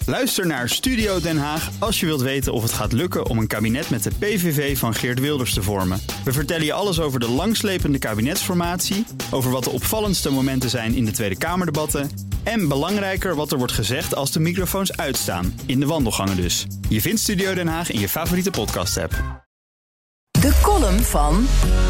Luister naar Studio Den Haag als je wilt weten of het gaat lukken om een kabinet met de PVV van Geert Wilders te vormen. We vertellen je alles over de langslepende kabinetsformatie, over wat de opvallendste momenten zijn in de Tweede Kamerdebatten en belangrijker wat er wordt gezegd als de microfoons uitstaan, in de wandelgangen dus. Je vindt Studio Den Haag in je favoriete podcast-app. De column van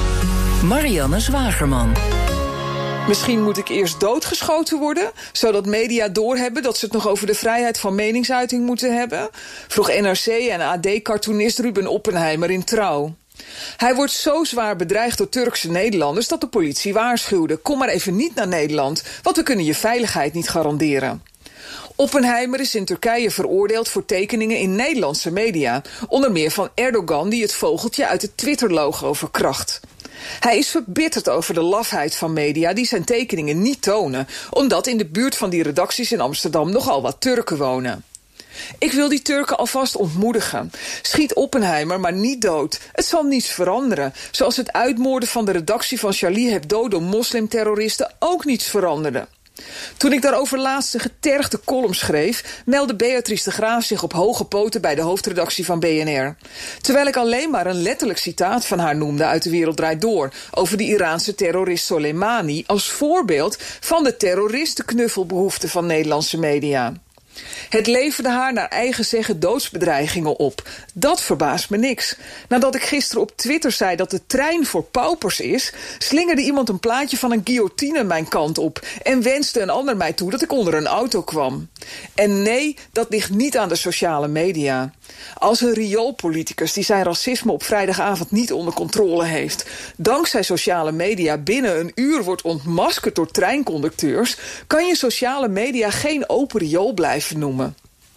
Marianne Zwagerman. Misschien moet ik eerst doodgeschoten worden, zodat media doorhebben dat ze het nog over de vrijheid van meningsuiting moeten hebben, vroeg NRC en AD-cartoonist Ruben Oppenheimer in Trouw. Hij wordt zo zwaar bedreigd door Turkse Nederlanders dat de politie waarschuwde: kom maar even niet naar Nederland, want we kunnen je veiligheid niet garanderen. Oppenheimer is in Turkije veroordeeld voor tekeningen in Nederlandse media, onder meer van Erdogan die het vogeltje uit het Twitter-logo verkracht. Hij is verbitterd over de lafheid van media die zijn tekeningen niet tonen, omdat in de buurt van die redacties in Amsterdam nogal wat Turken wonen. Ik wil die Turken alvast ontmoedigen. Schiet Oppenheimer maar niet dood. Het zal niets veranderen. Zoals het uitmoorden van de redactie van Charlie Hebdo door moslimterroristen ook niets veranderde. Toen ik daarover laatst een getergde column schreef, meldde Beatrice de Graaf zich op hoge poten bij de hoofdredactie van BNR. Terwijl ik alleen maar een letterlijk citaat van haar noemde uit De Wereld Draait Door over de Iraanse terrorist Soleimani als voorbeeld van de terroristenknuffelbehoeften van Nederlandse media. Het leverde haar naar eigen zeggen doodsbedreigingen op. Dat verbaast me niks. Nadat ik gisteren op Twitter zei dat de trein voor paupers is, slingerde iemand een plaatje van een guillotine mijn kant op en wenste een ander mij toe dat ik onder een auto kwam. En nee, dat ligt niet aan de sociale media. Als een rioolpoliticus die zijn racisme op vrijdagavond niet onder controle heeft, dankzij sociale media binnen een uur wordt ontmaskerd door treinconducteurs, kan je sociale media geen open riool blijven noemen.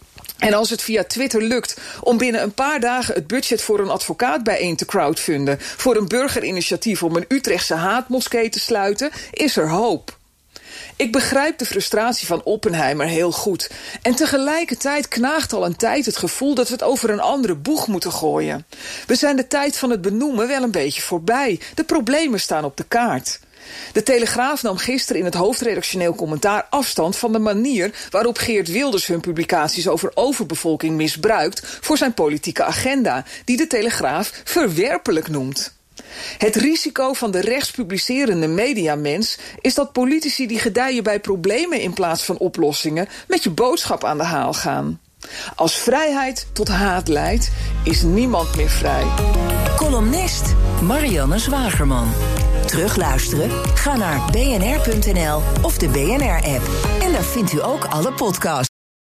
En als het via Twitter lukt om binnen een paar dagen het budget voor een advocaat bijeen te crowdfunden voor een burgerinitiatief om een Utrechtse haatmoskee te sluiten, is er hoop. Ik begrijp de frustratie van Oppenheimer heel goed. En tegelijkertijd knaagt al een tijd het gevoel dat we het over een andere boeg moeten gooien. We zijn de tijd van het benoemen wel een beetje voorbij. De problemen staan op de kaart. De Telegraaf nam gisteren in het hoofdredactioneel commentaar afstand van de manier waarop Geert Wilders hun publicaties over overbevolking misbruikt voor zijn politieke agenda, die de Telegraaf verwerpelijk noemt. Het risico van de rechtspublicerende mediamens is dat politici die gedijen bij problemen in plaats van oplossingen met je boodschap aan de haal gaan. Als vrijheid tot haat leidt, is niemand meer vrij. Columnist Marianne Zwagerman. Terugluisteren? Ga naar bnr.nl of de BNR-app. En daar vindt u ook alle podcasts.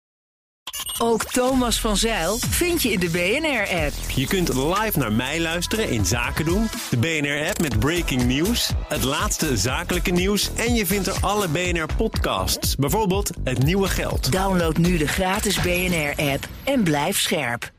Ook Thomas van Zijl vind je in de BNR-app. Je kunt live naar mij luisteren in Zaken doen, de BNR-app met breaking news, het laatste zakelijke nieuws en je vindt er alle BNR-podcasts, bijvoorbeeld Het Nieuwe Geld. Download nu de gratis BNR-app en blijf scherp.